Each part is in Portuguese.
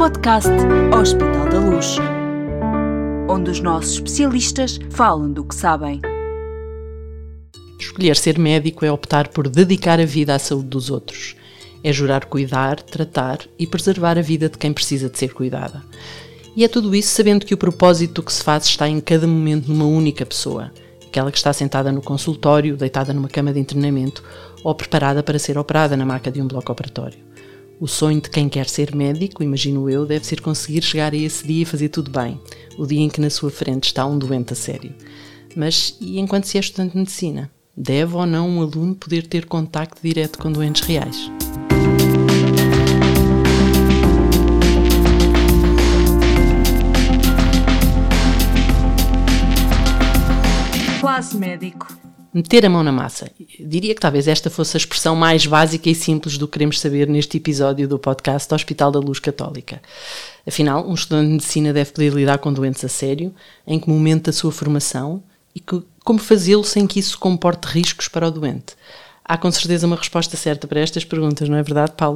podcast Hospital da Luz, onde os nossos especialistas falam do que sabem. Escolher ser médico é optar por dedicar a vida à saúde dos outros. É jurar cuidar, tratar e preservar a vida de quem precisa de ser cuidada. E é tudo isso sabendo que o propósito do que se faz está em cada momento numa única pessoa. Aquela que está sentada no consultório, deitada numa cama de internamento ou preparada para ser operada na maca de um bloco operatório. O sonho de quem quer ser médico, imagino eu, deve ser conseguir chegar a esse dia e fazer tudo bem. O dia em que na sua frente está um doente a sério. Mas e enquanto se é estudante de medicina? Deve ou não um aluno poder ter contacto direto com doentes reais? Quase médico. Meter a mão na massa. Diria que talvez esta fosse a expressão mais básica e simples do que queremos saber neste episódio do podcast Hospital da Luz Católica. Afinal, um estudante de medicina deve poder lidar com doentes a sério, em que momento da sua formação e como fazê-lo sem que isso comporte riscos para o doente. Há com certeza uma resposta certa para estas perguntas, não é verdade, Paulo?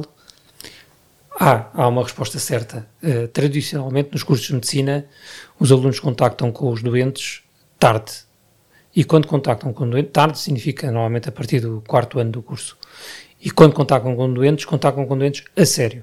Há uma resposta certa. Tradicionalmente, nos cursos de medicina, os alunos contactam com os doentes tarde. E quando contactam com doentes, tarde significa normalmente a partir do 4º ano do curso. E quando contactam com doentes a sério.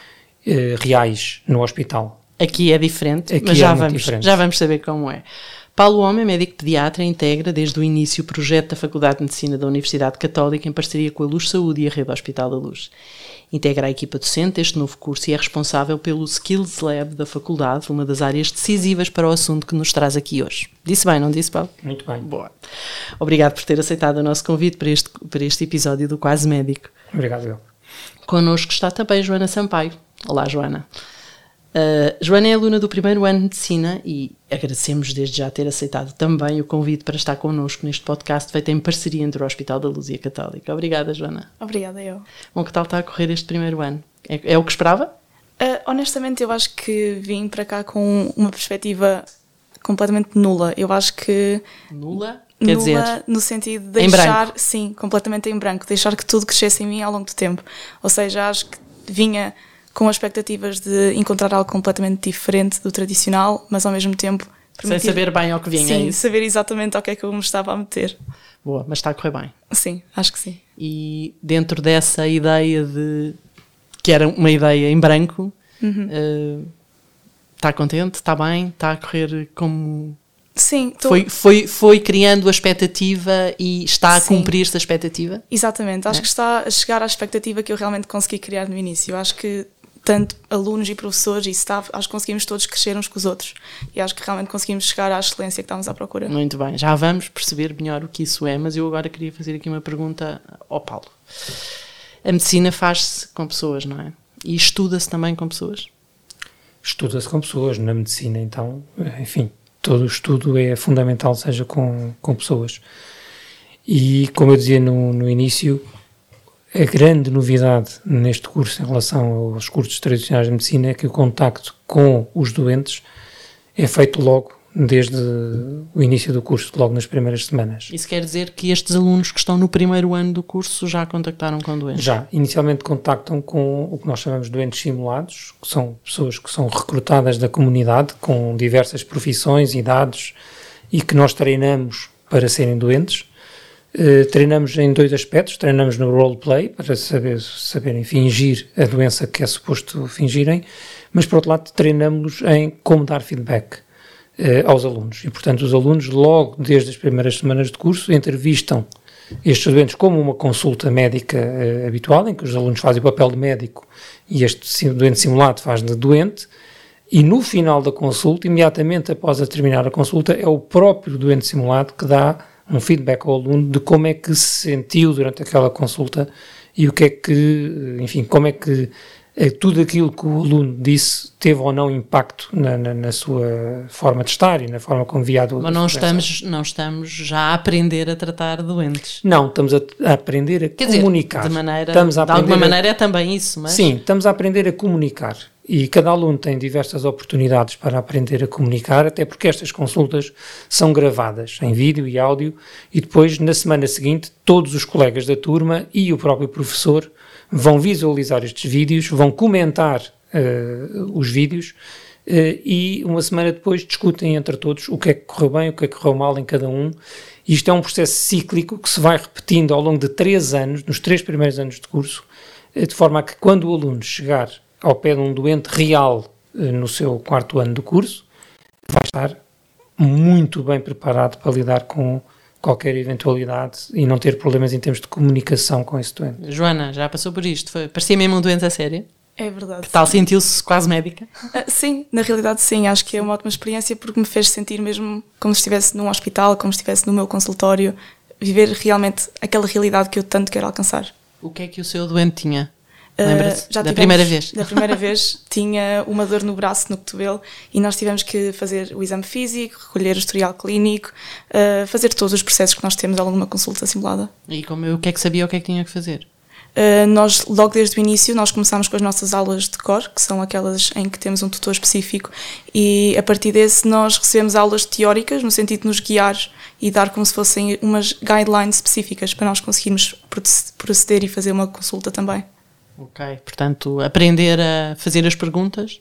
Reais, no hospital. Aqui é diferente, Aqui mas diferente. Já vamos saber como é. Paulo Homem, médico pediatra, integra desde o início o projeto da Faculdade de Medicina da Universidade Católica em parceria com a Luz Saúde e a Rede Hospital da Luz. Integra a equipa docente deste novo curso e é responsável pelo Skills Lab da faculdade, uma das áreas decisivas para o assunto que nos traz aqui hoje. Disse bem, não disse, Paulo? Muito bem. Boa. Obrigado por ter aceitado o nosso convite para este episódio do Quase Médico. Obrigado, eu. Connosco está também Joana Sampaio. Olá, Joana. Joana é aluna do 1º ano de Medicina e agradecemos desde já ter aceitado também o convite para estar connosco neste podcast feito em parceria entre o Hospital da Luz e a Católica. Obrigada, Joana. Obrigada, eu. Bom, que tal está a correr este 1º ano? É o que esperava? Honestamente, eu acho que vim para cá com uma perspectiva completamente nula. Eu acho que... Nula? Quer dizer, no sentido de deixar... Sim, completamente em branco. Deixar que tudo crescesse em mim ao longo do tempo. Ou seja, acho que vinha com expectativas de encontrar algo completamente diferente do tradicional, mas ao mesmo tempo... Sem saber bem ao que vinha. Sim, saber exatamente ao que é que eu me estava a meter. Boa, mas está a correr bem. Sim, acho que sim. E dentro dessa ideia de... que era uma ideia em branco, está contente? Está bem? Está a correr como... Sim. Foi criando a expectativa e está a cumprir-se a expectativa? Exatamente. Acho que está a chegar à expectativa que eu realmente consegui criar no início. Eu acho que tanto alunos e professores e staff, acho que conseguimos todos crescer uns com os outros e acho que realmente conseguimos chegar à excelência que estávamos à procura. Muito bem, já vamos perceber melhor o que isso é, mas eu agora queria fazer aqui uma pergunta ao Paulo. A medicina faz-se com pessoas, não é? E estuda-se também com pessoas? Estuda-se com pessoas na medicina, então, enfim, todo o estudo é fundamental, seja com pessoas. E, como eu dizia no início, a grande novidade neste curso em relação aos cursos tradicionais de medicina é que o contacto com os doentes é feito logo desde o início do curso, logo nas primeiras semanas. Isso quer dizer que estes alunos que estão no 1º ano do curso já contactaram com doentes? Já. Inicialmente contactam com o que nós chamamos de doentes simulados, que são pessoas que são recrutadas da comunidade com diversas profissões, idades e que nós treinamos para serem doentes. Treinamos em 2 aspectos. Treinamos no roleplay para saberem fingir a doença que é suposto fingirem, mas por outro lado treinamos em como dar feedback aos alunos. E portanto os alunos logo desde as primeiras semanas de curso entrevistam estes doentes como uma consulta médica habitual, em que os alunos fazem o papel de médico e este doente simulado faz de doente, e no final da consulta, imediatamente após a terminar a consulta, é o próprio doente simulado que dá um feedback ao aluno de como é que se sentiu durante aquela consulta e o que é que, enfim, como é que tudo aquilo que o aluno disse teve ou não impacto na sua forma de estar e na forma como via a doença. Mas não estamos já a aprender a tratar doentes. Não, estamos a aprender a comunicar. De alguma maneira é também isso, mas... Sim, estamos a aprender a comunicar. E cada aluno tem diversas oportunidades para aprender a comunicar, até porque estas consultas são gravadas em vídeo e áudio e depois, na semana seguinte, todos os colegas da turma e o próprio professor vão visualizar estes vídeos, vão comentar os vídeos e uma semana depois discutem entre todos o que é que correu bem, o que é que correu mal em cada um. E isto é um processo cíclico que se vai repetindo ao longo de 3 anos, nos 3 primeiros anos de curso, de forma a que quando o aluno chegar ao pé de um doente real no seu 4º ano do curso, vai estar muito bem preparado para lidar com qualquer eventualidade e não ter problemas em termos de comunicação com esse doente. Joana, já passou por isto? Parecia mesmo um doente a sério? É verdade. Que tal, sentiu-se quase médica? Sim, na realidade sim, acho que é uma ótima experiência porque me fez sentir mesmo como se estivesse num hospital, como se estivesse no meu consultório, viver realmente aquela realidade que eu tanto quero alcançar. O que é que o seu doente tinha? Lembra-se? Da primeira vez? Da primeira vez tinha uma dor no braço, no cotovelo, e nós tivemos que fazer o exame físico, recolher o historial clínico, fazer todos os processos que nós temos ao longo de uma consulta simulada. E o que é que sabia, o que é que tinha que fazer? Nós, logo desde o início, nós começámos com as nossas aulas de core, que são aquelas em que temos um tutor específico, e a partir desse nós recebemos aulas teóricas, no sentido de nos guiar e dar como se fossem umas guidelines específicas para nós conseguirmos proceder e fazer uma consulta também. Ok, portanto, aprender a fazer as perguntas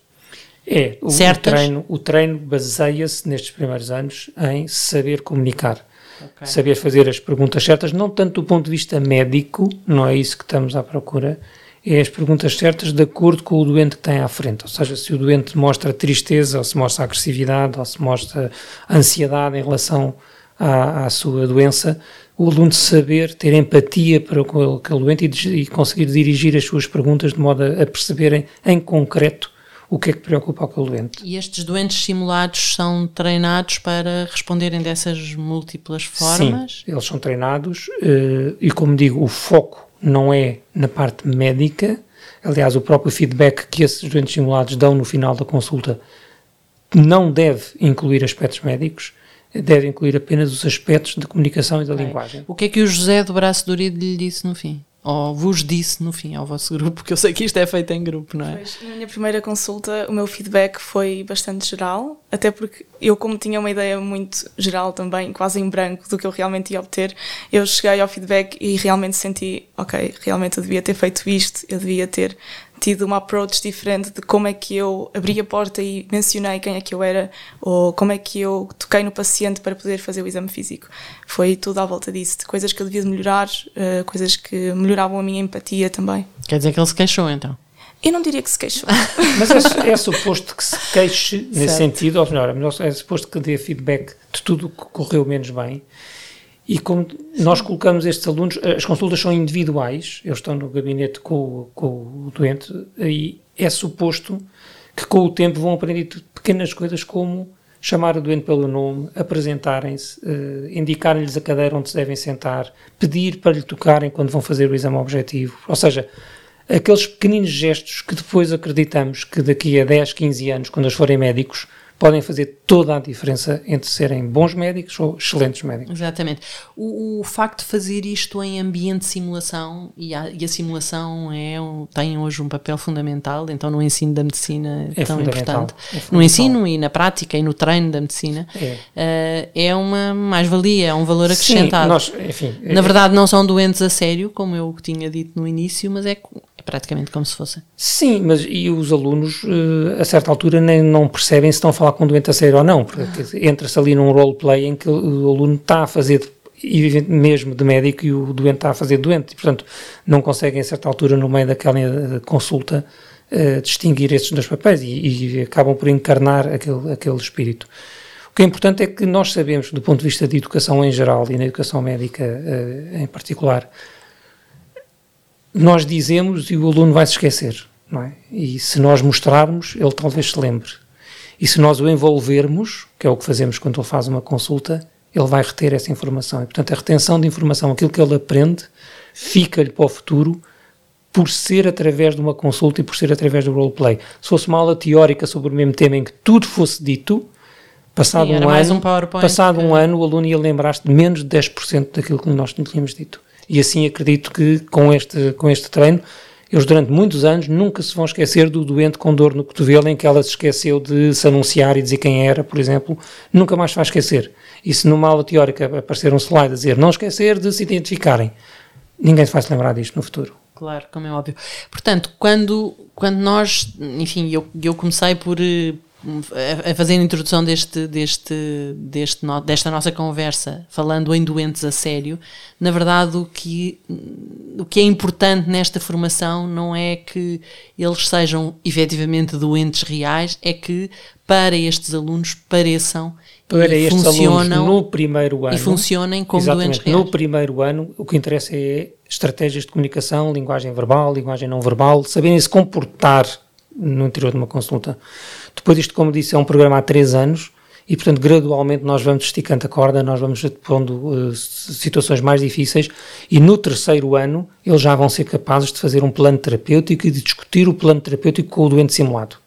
certas. O treino baseia-se nestes primeiros anos em saber comunicar. Okay. Saber fazer as perguntas certas, não tanto do ponto de vista médico, não é isso que estamos à procura, é as perguntas certas de acordo com o doente que tem à frente. Ou seja, se o doente mostra tristeza, ou se mostra agressividade, ou se mostra ansiedade em relação à sua doença, o aluno saber ter empatia para aquele doente e conseguir dirigir as suas perguntas de modo a perceberem em concreto o que é que preocupa aquele doente. E estes doentes simulados são treinados para responderem dessas múltiplas formas? Sim, eles são treinados e, como digo, o foco não é na parte médica. Aliás, o próprio feedback que esses doentes simulados dão no final da consulta não deve incluir aspectos médicos, deve incluir apenas os aspectos de comunicação e da linguagem. O que é que o José do Braço Dorido lhe disse no fim? Ou vos disse no fim ao vosso grupo, porque eu sei que isto é feito em grupo, não é? Pois, na minha primeira consulta o meu feedback foi bastante geral, até porque eu, como tinha uma ideia muito geral também, quase em branco do que eu realmente ia obter, eu cheguei ao feedback e realmente senti, ok, realmente eu devia ter feito isto, eu devia ter tido uma approach diferente de como é que eu abri a porta e mencionei quem é que eu era, ou como é que eu toquei no paciente para poder fazer o exame físico. Foi tudo à volta disso, de coisas que eu devia melhorar, coisas que melhoravam a minha empatia também. Quer dizer que ele se queixou, então? Eu não diria que se queixou. Mas é suposto que se queixe nesse sentido, ou melhor, é suposto que dê feedback de tudo o que correu menos bem. E como nós colocamos estes alunos, as consultas são individuais, eles estão no gabinete com o doente, e é suposto que com o tempo vão aprender pequenas coisas como chamar o doente pelo nome, apresentarem-se, indicarem-lhes a cadeira onde se devem sentar, pedir para lhe tocarem quando vão fazer o exame objetivo. Ou seja, aqueles pequeninos gestos que depois acreditamos que daqui a 10, 15 anos, quando eles forem médicos, podem fazer toda a diferença entre serem bons médicos ou excelentes médicos. Exatamente. O facto de fazer isto em ambiente de simulação, e a simulação tem hoje um papel fundamental, então no ensino da medicina tão importante. No ensino e na prática e no treino da medicina, é uma mais-valia, é um valor acrescentado. Sim, na verdade não são doentes a sério, como eu tinha dito no início, mas é praticamente como se fosse. Sim, mas e os alunos, a certa altura, nem não percebem se estão a falar com um doente a sério ou não, porque entra-se ali num roleplay em que o aluno está a fazer mesmo de médico e o doente está a fazer de doente, e, portanto, não conseguem, a certa altura, no meio daquela consulta, distinguir esses dois papéis e acabam por encarnar aquele espírito. O que é importante é que nós sabemos, do ponto de vista de educação em geral e na educação médica em particular, nós dizemos e o aluno vai se esquecer, não é? E se nós mostrarmos, ele talvez se lembre. E se nós o envolvermos, que é o que fazemos quando ele faz uma consulta, ele vai reter essa informação. E, portanto, a retenção de informação, aquilo que ele aprende, fica-lhe para o futuro por ser através de uma consulta e por ser através do roleplay. Se fosse uma aula teórica sobre o mesmo tema em que tudo fosse dito, passado um ano, o aluno ia lembrar-se de menos de 10% daquilo que nós tínhamos dito. E assim acredito que com este treino, eles durante muitos anos nunca se vão esquecer do doente com dor no cotovelo em que ela se esqueceu de se anunciar e dizer quem era, por exemplo, nunca mais vai esquecer. E se numa aula teórica aparecer um slide a dizer não esquecer de se identificarem, ninguém se vai se lembrar disto no futuro. Claro, como é óbvio. Portanto, quando nós, enfim, eu comecei por a fazer a introdução desta nossa conversa, falando em doentes a sério, na verdade o que é importante nesta formação não é que eles sejam efetivamente doentes reais, é que para estes alunos pareçam funcionam no primeiro ano, e funcionem como doentes reais. No primeiro ano, o que interessa é estratégias de comunicação, linguagem verbal, linguagem não verbal, saberem se comportar no interior de uma consulta. Depois isto, como disse, é um programa há 3 anos e, portanto, gradualmente nós vamos esticando a corda, nós vamos pondo situações mais difíceis e no terceiro ano eles já vão ser capazes de fazer um plano terapêutico e de discutir o plano terapêutico com o doente simulado.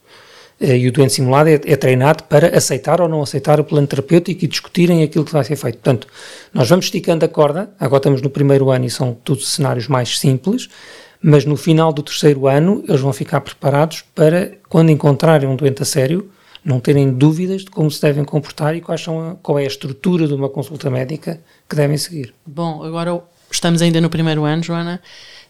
E o doente simulado é treinado para aceitar ou não aceitar o plano terapêutico e discutirem aquilo que vai ser feito. Portanto, nós vamos esticando a corda, agora estamos no primeiro ano e são todos cenários mais simples, mas no final do terceiro ano eles vão ficar preparados para, quando encontrarem um doente a sério, não terem dúvidas de como se devem comportar e qual é a estrutura de uma consulta médica que devem seguir. Bom, agora estamos ainda no primeiro ano, Joana,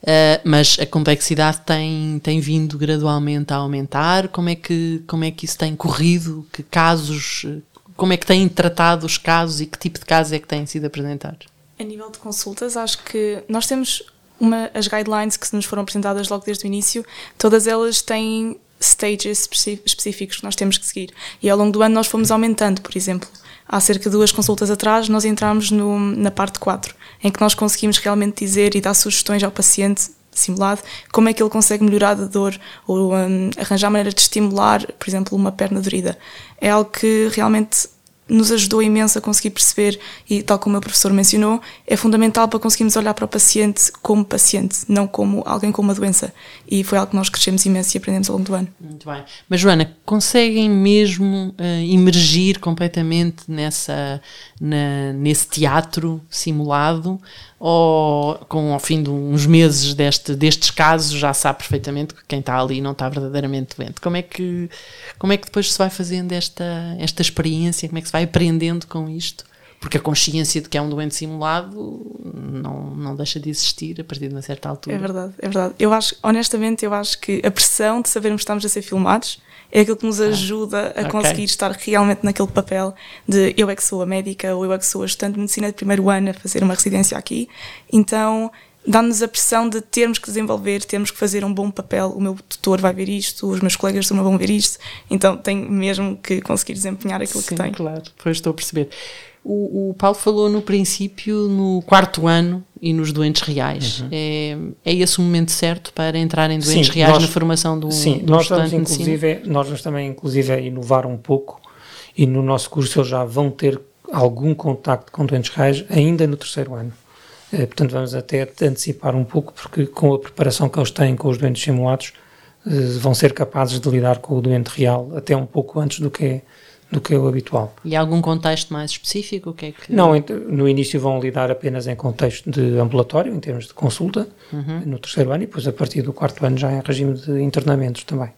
mas a complexidade tem vindo gradualmente a aumentar. Como é que isso tem corrido? Que casos, como é que têm tratado os casos e que tipo de casos é que têm sido apresentados? A nível de consultas, acho que nós temos as guidelines que nos foram apresentadas logo desde o início, todas elas têm stages específicos que nós temos que seguir. E ao longo do ano nós fomos aumentando, por exemplo. Há cerca de 2 consultas atrás, nós entramos na parte 4, em que nós conseguimos realmente dizer e dar sugestões ao paciente simulado como é que ele consegue melhorar da dor ou arranjar maneira de estimular, por exemplo, uma perna dorida. É algo que realmente nos ajudou imenso a conseguir perceber e, tal como o professor mencionou, é fundamental para conseguirmos olhar para o paciente, não como alguém com uma doença. E foi algo que nós crescemos imenso e aprendemos ao longo do ano. Muito bem. Mas, Joana, conseguem mesmo emergir completamente nesse teatro simulado? Ou, ao fim de uns meses destes casos, já sabe perfeitamente que quem está ali não está verdadeiramente doente? Como é que depois se vai fazendo esta experiência? Como é que se vai aprendendo com isto? Porque a consciência de que é um doente simulado não deixa de existir a partir de uma certa altura. É verdade. Honestamente, eu acho que a pressão de sabermos que estamos a ser filmados é aquilo que nos ajuda a conseguir estar realmente naquele papel de eu é que sou a médica ou eu é que sou a estudante de medicina de primeiro ano a fazer uma residência aqui. Então, dá-nos a pressão de termos que desenvolver, termos que fazer um bom papel. O meu tutor vai ver isto, os meus colegas de turma vão ver isto. Então, tenho mesmo que conseguir desempenhar aquilo que tenho. Claro, pois estou a perceber. O Paulo falou no princípio, no 4º ano e nos doentes reais. Uhum. É esse o momento certo para entrar em doentes reais na formação do estudante de medicina? Nós vamos também, inclusive, a inovar um pouco e no nosso curso eles já vão ter algum contacto com doentes reais ainda no 3º ano. Portanto, vamos até antecipar um pouco, porque com a preparação que eles têm com os doentes simulados, vão ser capazes de lidar com o doente real até um pouco antes do que é o habitual. E há algum contexto mais específico? O que é que... Não, no início vão lidar apenas em contexto de ambulatório, em termos de consulta, no 3º ano, e depois a partir do 4º ano já em regime de internamentos também.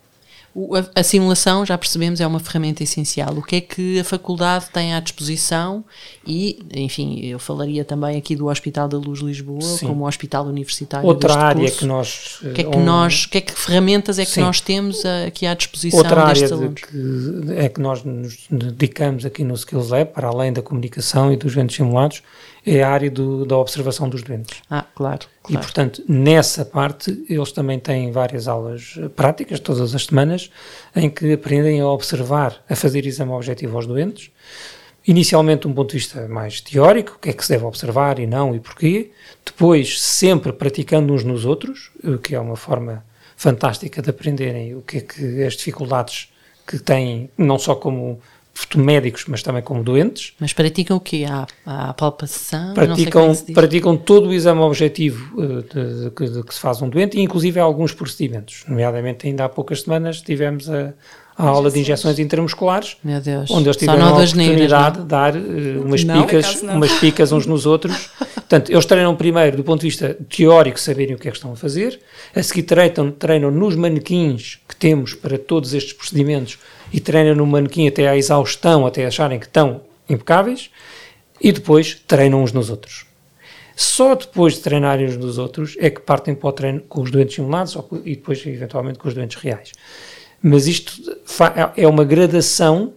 A simulação, já percebemos, é uma ferramenta essencial. O que é que a faculdade tem à disposição? E, enfim, eu falaria também aqui do Hospital da Luz Lisboa, Sim. como hospital universitário. Outra área curso. Que nós... que ferramentas é que Sim. nós temos aqui à disposição Outra destes área alunos? que nós nos dedicamos aqui no Skills Lab, para além da comunicação e dos doentes simulados, é a área da observação dos doentes. Claro. E, portanto, nessa parte, eles também têm várias aulas práticas, todas as semanas, em que aprendem a observar, a fazer exame objetivo aos doentes. Inicialmente, de um ponto de vista mais teórico, o que é que se deve observar e não e porquê. Depois, sempre praticando uns nos outros, o que é uma forma fantástica de aprenderem o que é que as dificuldades que têm, não só como médicos, mas também como doentes. Mas praticam o quê? A palpação? Praticam todo o exame objetivo que se faz um doente e inclusive alguns procedimentos. Nomeadamente, ainda há poucas semanas tivemos a aula de injeções intramusculares, Meu Deus. onde eles tiveram a oportunidade de dar umas picas uns nos outros. Portanto, eles treinam primeiro do ponto de vista teórico, saberem o que é que estão a fazer, a seguir treinam nos manequins que temos para todos estes procedimentos e treinam no manequim até à exaustão, até acharem que estão impecáveis, e depois treinam uns nos outros. Só depois de treinarem uns dos outros é que partem para o treino com os doentes simulados e depois, eventualmente, com os doentes reais. Mas isto é uma gradação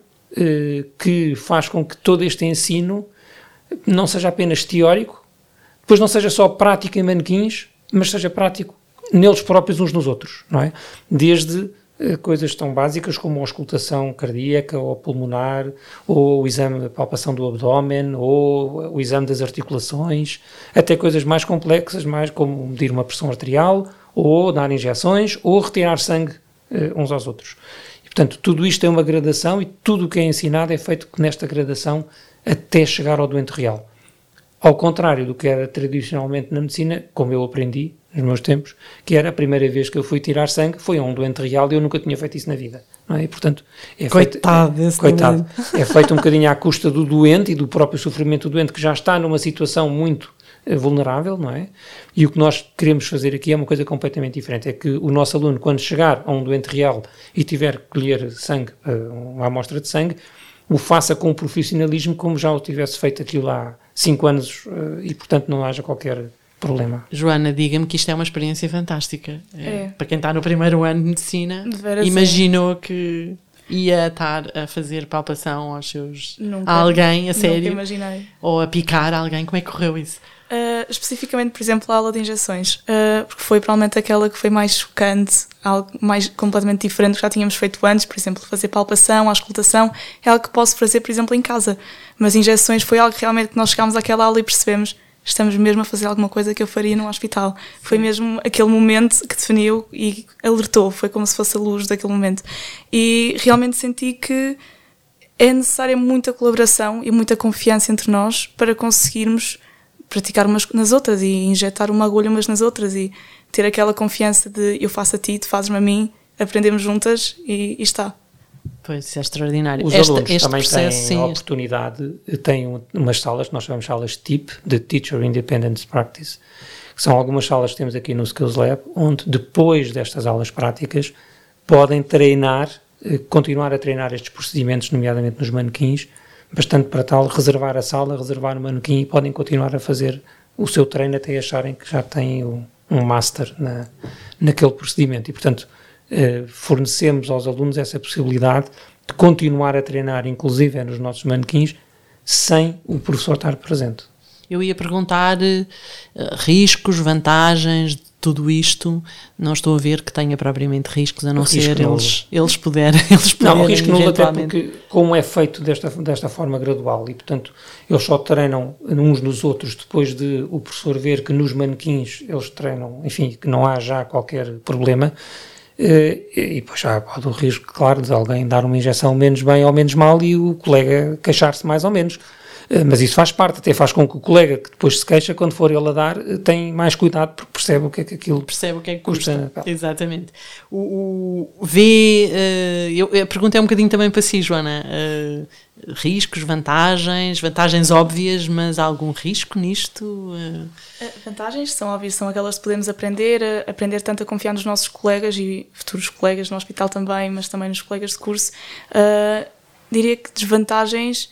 que faz com que todo este ensino não seja apenas teórico, depois não seja só prático em manequins, mas seja prático neles próprios uns nos outros, não é? Desde coisas tão básicas como a auscultação cardíaca ou pulmonar, ou o exame de palpação do abdômen, ou o exame das articulações, até coisas mais complexas, mais como medir uma pressão arterial, ou dar injeções, ou retirar sangue uns aos outros. E, portanto, tudo isto é uma gradação e tudo o que é ensinado é feito nesta gradação até chegar ao doente real. Ao contrário do que era tradicionalmente na medicina, como eu aprendi nos meus tempos, que era a primeira vez que eu fui tirar sangue, foi a um doente real e eu nunca tinha feito isso na vida. Não é? E, portanto, coitado. É feito um bocadinho à custa do doente e do próprio sofrimento do doente, que já está numa situação muito vulnerável, não é? E o que nós queremos fazer aqui é uma coisa completamente diferente, é que o nosso aluno, quando chegar a um doente real e tiver que colher sangue, uma amostra de sangue, o faça com o profissionalismo como já o tivesse feito aquilo há 5 anos e, portanto, não haja qualquer problema. Joana, diga-me que isto é uma experiência fantástica. Para quem está no primeiro ano de medicina, imaginou que ia estar a fazer palpação aos seus... Nunca, a alguém, a sério? Nunca imaginei. Ou a picar alguém? Como é que correu isso? Especificamente, por exemplo, a aula de injeções, porque foi provavelmente aquela que foi mais chocante, algo mais completamente diferente do que já tínhamos feito antes. Por exemplo, fazer palpação, auscultação, é algo que posso fazer, por exemplo, em casa. Mas injeções foi algo que realmente que nós chegámos àquela aula e percebemos, estamos mesmo a fazer alguma coisa que eu faria num hospital. Sim. Foi mesmo aquele momento que definiu e alertou, foi como se fosse a luz daquele momento. E realmente senti que é necessária muita colaboração e muita confiança entre nós para conseguirmos praticar umas nas outras e injetar uma agulha umas nas outras e ter aquela confiança de eu faço a ti, tu fazes-me a mim, aprendemos juntas e está. Pois, isso é extraordinário. Os alunos também têm a oportunidade, têm umas salas que nós chamamos salas TIP, de Teacher Independent Practice, que são algumas salas que temos aqui no Skills Lab, onde depois destas aulas práticas podem treinar, continuar a treinar estes procedimentos, nomeadamente nos manequins, bastante para tal, reservar a sala, reservar o manequim e podem continuar a fazer o seu treino até acharem que já têm um master naquele procedimento. E, portanto, fornecemos aos alunos essa possibilidade de continuar a treinar, inclusive nos nossos manequins, sem o professor estar presente. Eu ia perguntar riscos, vantagens de tudo isto. Não estou a ver que tenha propriamente riscos, a não ser eles poderem não, o risco nulo até porque, como é feito desta forma gradual e, portanto, eles só treinam uns nos outros depois de o professor ver que nos manequins eles treinam, enfim, que não há já qualquer problema. E depois já pode o risco, claro, de alguém dar uma injeção menos bem ou menos mal e o colega queixar-se mais ou menos. Mas isso faz parte, até faz com que o colega que depois se queixa, quando for ele a dar, tem mais cuidado porque percebe o que é que aquilo custa. Exatamente. A pergunta é um bocadinho também para si, Joana. Riscos, vantagens óbvias, mas há algum risco nisto? Vantagens são óbvias, são aquelas que podemos aprender tanto a confiar nos nossos colegas e futuros colegas no hospital também, mas também nos colegas de curso. Diria que desvantagens...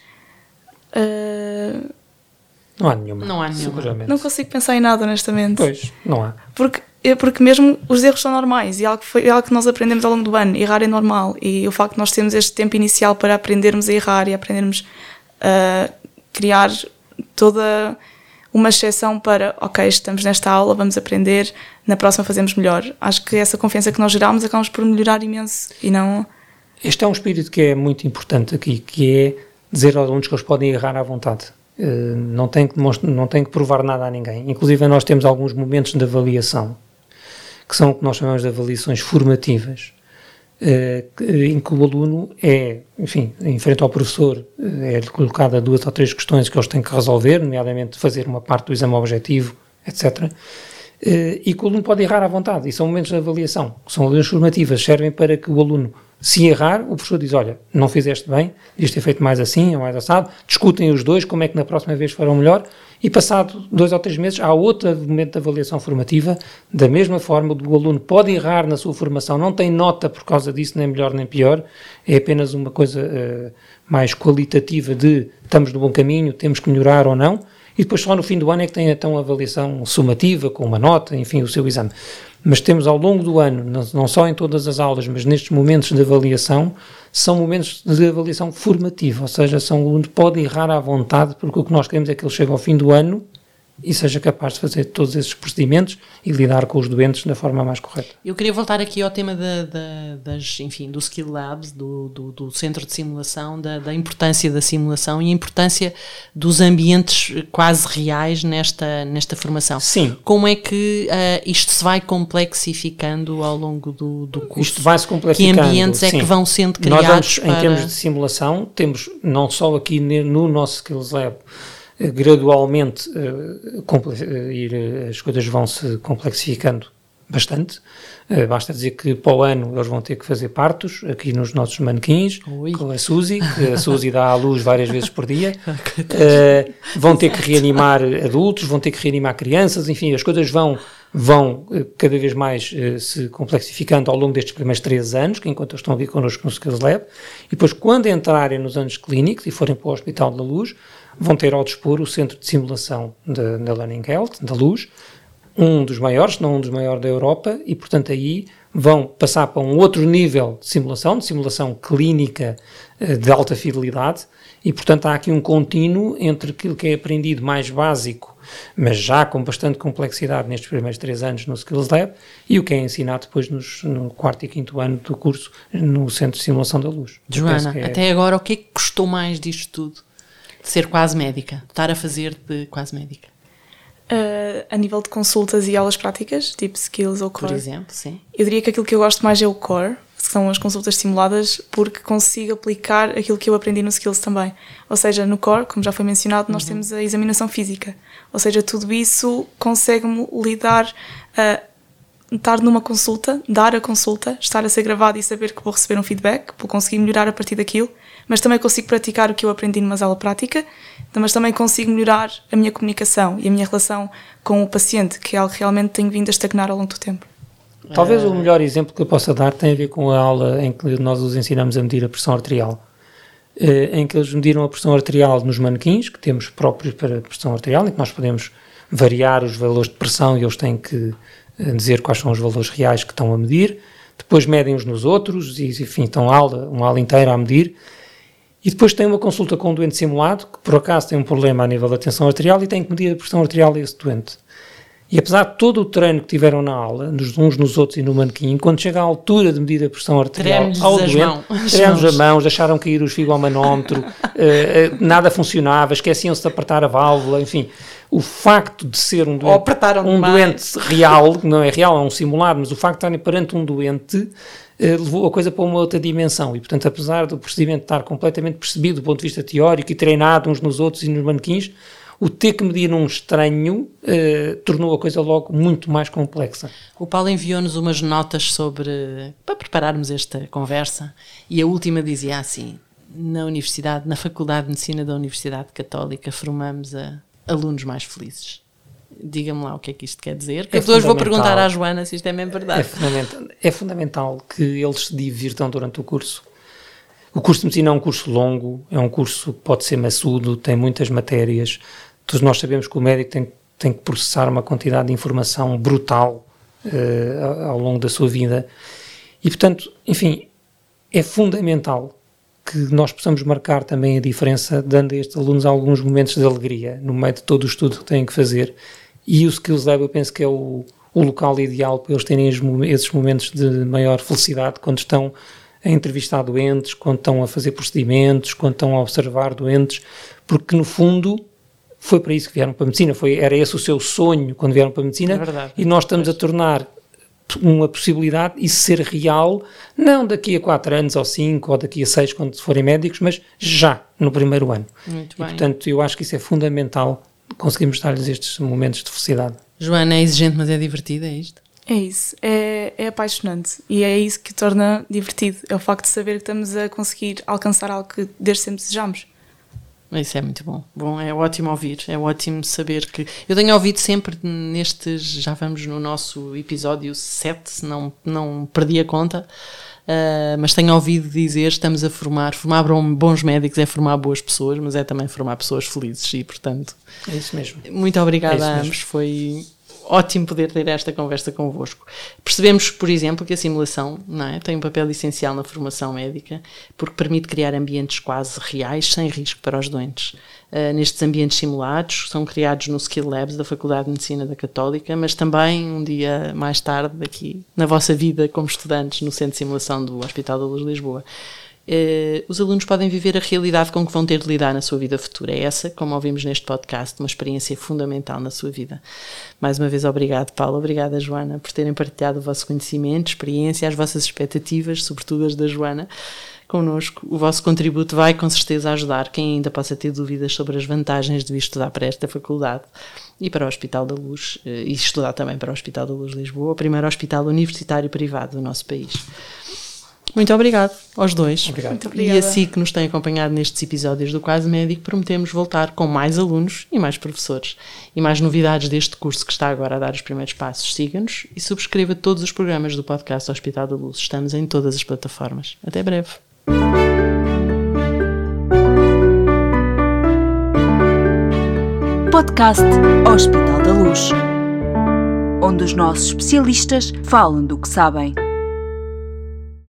Não há nenhuma. Não consigo pensar em nada, honestamente. Pois, não há. Porque mesmo os erros são normais e algo que nós aprendemos ao longo do ano. Errar é normal e o facto de nós termos este tempo inicial para aprendermos a errar e aprendermos a criar toda uma exceção para ok, estamos nesta aula, vamos aprender, na próxima fazemos melhor. Acho que essa confiança que nós geramos acabamos por melhorar imenso e não... Este é um espírito que é muito importante aqui, que é dizer aos alunos que eles podem errar à vontade. Não tem que provar nada a ninguém. Inclusive nós temos alguns momentos de avaliação, que são o que nós chamamos de avaliações formativas, em que o aluno em frente ao professor, é-lhe colocada 2 ou 3 questões que eles têm que resolver, nomeadamente fazer uma parte do exame objetivo, etc., e que o aluno pode errar à vontade. E são momentos de avaliação, são avaliações formativas, servem para que o aluno, se errar, o professor diz, olha, não fizeste bem, devias ter feito mais assim, ou mais assado, discutem os dois como é que na próxima vez farão melhor, e passado 2 ou 3 meses há outro momento de avaliação formativa, da mesma forma, o aluno pode errar na sua formação, não tem nota por causa disso, nem melhor nem pior, é apenas uma coisa mais qualitativa de estamos no bom caminho, temos que melhorar ou não, e depois só no fim do ano é que tem então a avaliação sumativa, com uma nota, enfim, o seu exame. Mas temos ao longo do ano, não só em todas as aulas, mas nestes momentos de avaliação, são momentos de avaliação formativa, ou seja, são onde pode errar à vontade, porque o que nós queremos é que ele chegue ao fim do ano e seja capaz de fazer todos esses procedimentos e lidar com os doentes da forma mais correta. Eu queria voltar aqui ao tema do Skill Labs, do centro de simulação, da importância da simulação e a importância dos ambientes quase reais nesta formação. Sim. Como é que isto se vai complexificando ao longo do curso? Isto vai se complexificando. Que ambientes sim. é que vão sendo criados? Nós vamos, em termos de simulação, temos não só aqui no nosso Skills Lab, gradualmente as coisas vão se complexificando bastante. Basta dizer que para o ano eles vão ter que fazer partos aqui nos nossos manequins. Ui. Com a Suzy, que a Suzy dá à luz várias vezes por dia. Vão ter que reanimar adultos, vão ter que reanimar crianças, enfim, as coisas vão cada vez mais se complexificando ao longo destes primeiros 3 anos, que enquanto eles estão aqui connosco no Skills Lab, e depois quando entrarem nos anos clínicos e forem para o Hospital da Luz, vão ter ao dispor o Centro de Simulação da Learning Health, da Luz, um dos maiores, se não um dos maiores da Europa, e portanto aí vão passar para um outro nível de simulação clínica de alta fidelidade, e portanto há aqui um contínuo entre aquilo que é aprendido mais básico, mas já com bastante complexidade nestes primeiros 3 anos no Skills Lab, e o que é ensinado depois no 4º e 5º ano do curso no Centro de Simulação da Luz. Joana, até agora o que é que custou mais disto tudo? De ser quase médica, estar a fazer de quase médica? A nível de consultas e aulas práticas, tipo Skills ou Core. Por exemplo, sim. Eu diria que aquilo que eu gosto mais é o Core, que são as consultas simuladas, porque consigo aplicar aquilo que eu aprendi no Skills também. Ou seja, no Core, como já foi mencionado, nós temos a examinação física. Ou seja, tudo isso consegue-me lidar estar numa consulta, dar a consulta, estar a ser gravado e saber que vou receber um feedback, vou conseguir melhorar a partir daquilo, mas também consigo praticar o que eu aprendi numa aula prática, mas também consigo melhorar a minha comunicação e a minha relação com o paciente, que é algo que realmente tenho vindo a estagnar ao longo do tempo. Talvez o melhor exemplo que eu possa dar tem a ver com a aula em que nós os ensinamos a medir a pressão arterial, em que eles mediram a pressão arterial nos manequins, que temos próprios para a pressão arterial, em que nós podemos variar os valores de pressão e eles têm que dizer quais são os valores reais que estão a medir, depois medem uns nos outros e, enfim, estão uma aula inteira a medir, e depois tem uma consulta com um doente simulado, que por acaso tem um problema a nível da tensão arterial e tem que medir a pressão arterial a esse doente. E apesar de todo o treino que tiveram na aula, uns nos outros e no manequim, quando chega à altura de medir a pressão arterial ao doente, trememos as mãos, deixaram cair o esfigomanómetro, nada funcionava, esqueciam-se de apertar a válvula, enfim. O facto de ser um doente real, não é real, é um simulado, mas o facto de estarem perante um doente levou a coisa para uma outra dimensão. E, portanto, apesar do procedimento estar completamente percebido do ponto de vista teórico e treinado uns nos outros e nos manequins, o ter que medir num estranho tornou a coisa logo muito mais complexa. O Paulo enviou-nos umas notas para prepararmos esta conversa, e a última dizia assim: na Faculdade de Medicina da Universidade Católica formamos alunos mais felizes. Diga-me lá o que é que isto quer dizer, que depois vou perguntar à Joana se isto é mesmo verdade. É fundamental que eles se divirtam durante o curso. O curso de medicina é um curso longo, é um curso que pode ser maçudo, tem muitas matérias. Todos nós sabemos que o médico tem que processar uma quantidade de informação brutal ao longo da sua vida. E, portanto, enfim, é fundamental que nós possamos marcar também a diferença, dando a estes alunos alguns momentos de alegria no meio de todo o estudo que têm que fazer. E o Skills Lab eu penso que é o local ideal para eles terem esses momentos de maior felicidade quando estão a entrevistar doentes, quando estão a fazer procedimentos, quando estão a observar doentes, porque no fundo foi para isso que vieram para a medicina, era esse o seu sonho quando vieram para a medicina, e nós estamos a tornar uma possibilidade isso ser real, não daqui a 4 anos ou 5 ou daqui a 6 quando forem médicos, mas já no primeiro ano. Muito bem. Portanto, eu acho que isso é fundamental, conseguimos dar-lhes estes momentos de felicidade. Joana, é exigente, mas é divertido, é isto? É isso, é apaixonante e é isso que torna divertido, é o facto de saber que estamos a conseguir alcançar algo que desde sempre desejamos. Isso é muito bom. Bom, é ótimo ouvir, é ótimo saber que... Eu tenho ouvido sempre já vamos no nosso episódio 7, se não perdi a conta, mas tenho ouvido dizer, estamos a formar bons médicos é formar boas pessoas, mas é também formar pessoas felizes e, portanto... É isso mesmo. Muito obrigada a ambos, foi ótimo poder ter esta conversa convosco. Percebemos, por exemplo, que a simulação, não é, tem um papel essencial na formação médica, porque permite criar ambientes quase reais, sem risco para os doentes. Nestes ambientes simulados, são criados no Skill Labs da Faculdade de Medicina da Católica, mas também um dia mais tarde, aqui na vossa vida como estudantes no Centro de Simulação do Hospital da Luz de Lisboa. Os alunos podem viver a realidade com que vão ter de lidar na sua vida futura. É essa, como ouvimos neste podcast, uma experiência fundamental na sua vida. Mais uma vez, obrigado, Paulo, obrigada, Joana, por terem partilhado o vosso conhecimento, experiência, as vossas expectativas, sobretudo as da Joana, connosco. O vosso contributo vai, com certeza, ajudar quem ainda possa ter dúvidas sobre as vantagens de vir estudar para esta faculdade e para o Hospital da Luz, e estudar também para o Hospital da Luz de Lisboa, o primeiro hospital universitário privado do nosso país. Muito obrigado aos dois. Obrigado. E assim que nos têm acompanhado nestes episódios do Quase Médico, prometemos voltar com mais alunos e mais professores e mais novidades deste curso que está agora a dar os primeiros passos. Siga-nos e subscreva todos os programas do podcast Hospital da Luz. Estamos em todas as plataformas. Até breve. Podcast Hospital da Luz, onde os nossos especialistas falam do que sabem.